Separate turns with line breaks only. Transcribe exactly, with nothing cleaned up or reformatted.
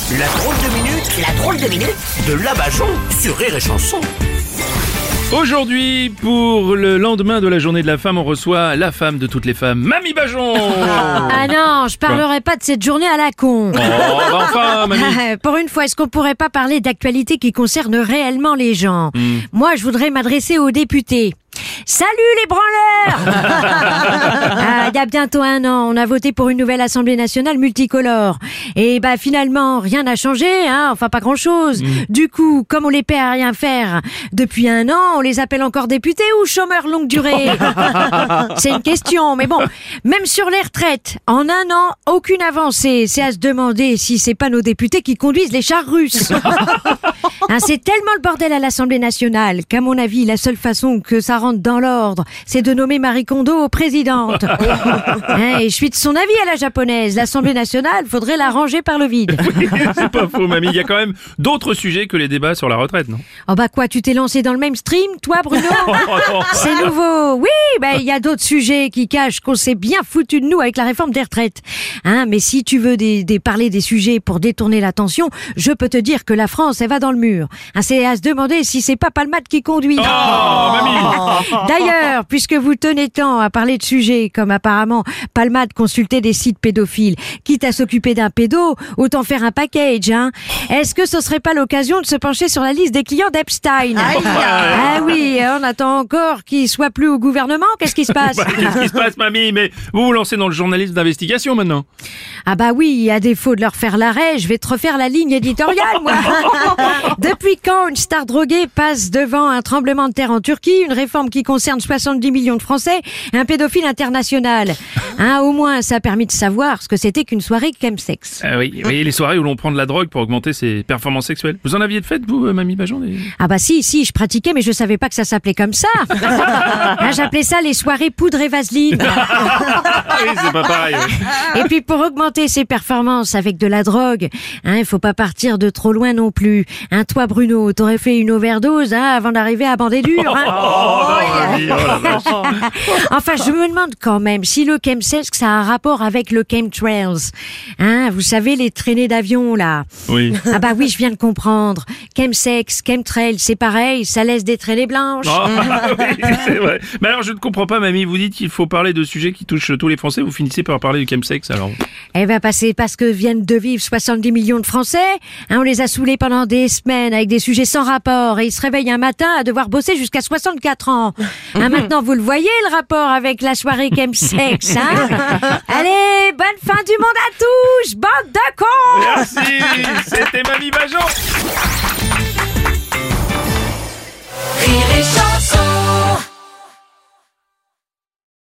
La drôle de minute, la drôle de minute de Labajon sur Rire et Chanson.
Aujourd'hui, pour le lendemain de la journée de la femme, on reçoit la femme de toutes les femmes, Mamie Bajon.
Ah non, je parlerai pas de cette journée à la con.
Oh, bah enfin, Mamie.
Pour une fois, est-ce qu'on pourrait pas parler d'actualité qui concerne réellement les gens?
Mm.
Moi, je voudrais m'adresser aux députés. Salut les branleurs. Ah, il y a bientôt un an, on a voté pour une nouvelle Assemblée nationale multicolore. Et bah finalement, rien n'a changé, hein, enfin pas grand-chose.
Mm.
Du coup, comme on les paie à rien faire depuis un an, on les appelle encore députés ou chômeurs longue durée? C'est une question, mais bon, même sur les retraites, en un an, aucune avancée. C'est à se demander si c'est pas nos députés qui conduisent les chars russes. Hein, c'est tellement le bordel à l'Assemblée nationale qu'à mon avis, la seule façon que ça rentre dans l'ordre, c'est de nommer Marie Kondo présidente. Hein, et je suis de son avis à la japonaise. L'Assemblée nationale, faudrait la ranger par le vide.
Oui, c'est pas faux, Mamie. Il y a quand même d'autres sujets que les débats sur la retraite, non?
Oh bah quoi, tu t'es lancé dans le même stream, toi Bruno? C'est nouveau. Oui, bah il y a d'autres sujets qui cachent qu'on s'est bien foutu de nous avec la réforme des retraites. Hein, mais si tu veux des, des, parler des sujets pour détourner l'attention, je peux te dire que la France, elle va dans le mur. Hein, c'est à se demander si c'est pas Palmade qui conduit.
Oh, Mamie.
D'ailleurs, puisque vous tenez tant à parler de sujets comme apparemment Palmade consultait des sites pédophiles, quitte à s'occuper d'un pédo, autant faire un package, hein. Est-ce que ce serait pas l'occasion de se pencher sur la liste des clients d'Epstein? Ah oui, on attend encore qu'il soit plus au gouvernement. Qu'est-ce qui se passe?
Bah, qu'est-ce qui se passe, Mamie? Mais vous vous lancez dans le journalisme d'investigation maintenant.
Ah bah oui, à défaut de leur faire l'arrêt, je vais te refaire la ligne éditoriale, moi. Depuis quand une star droguée passe devant un tremblement de terre en Turquie, une réforme qui concerne soixante-dix millions de Français, un pédophile international? Hein, au moins, ça a permis de savoir ce que c'était qu'une soirée chemsex.
Ah oui, oui, les soirées où l'on prend de la drogue pour augmenter ses performances sexuelles. Vous en aviez fait, vous, Mamie Bajon? des...
Ah bah si, si, je pratiquais, mais je savais pas que ça s'appelait comme ça. Hein, j'appelais ça les soirées poudre et vaseline.
Oui, c'est pas pareil. Oui.
Et puis pour augmenter ses performances avec de la drogue, hein, il faut pas partir de trop loin non plus. Hein, toi Bruno, t'aurais fait une overdose hein, avant d'arriver à bander dur. Hein.
Oh, non, Mamie, oh la vache.
Enfin, je me demande quand même si le chemsex, ça a un rapport avec le chemtrails. Hein, vous savez, les traînées d'avion, là.
Oui.
Ah bah oui, je viens de comprendre. Chemsex, chemtrail, c'est pareil, ça laisse des traînées blanches.
Oh, oui, c'est vrai. Mais alors, je ne comprends pas, Mamie. Vous dites qu'il faut parler de sujets qui touchent tous les Français. Vous finissez par parler du chemsex, alors.
Eh ben, c'est parce que viennent de vivre soixante-dix millions de Français. Hein, on les a saoulés pendant des semaines avec des sujets sans rapport et ils se réveillent un matin à devoir bosser jusqu'à soixante-quatre ans. Hein, maintenant, vous le voyez, le rapport avec la soirée chemsex, hein? Allez, bonne fin du monde à tous, bande de cons!
Merci. C'était Mamie Bajon.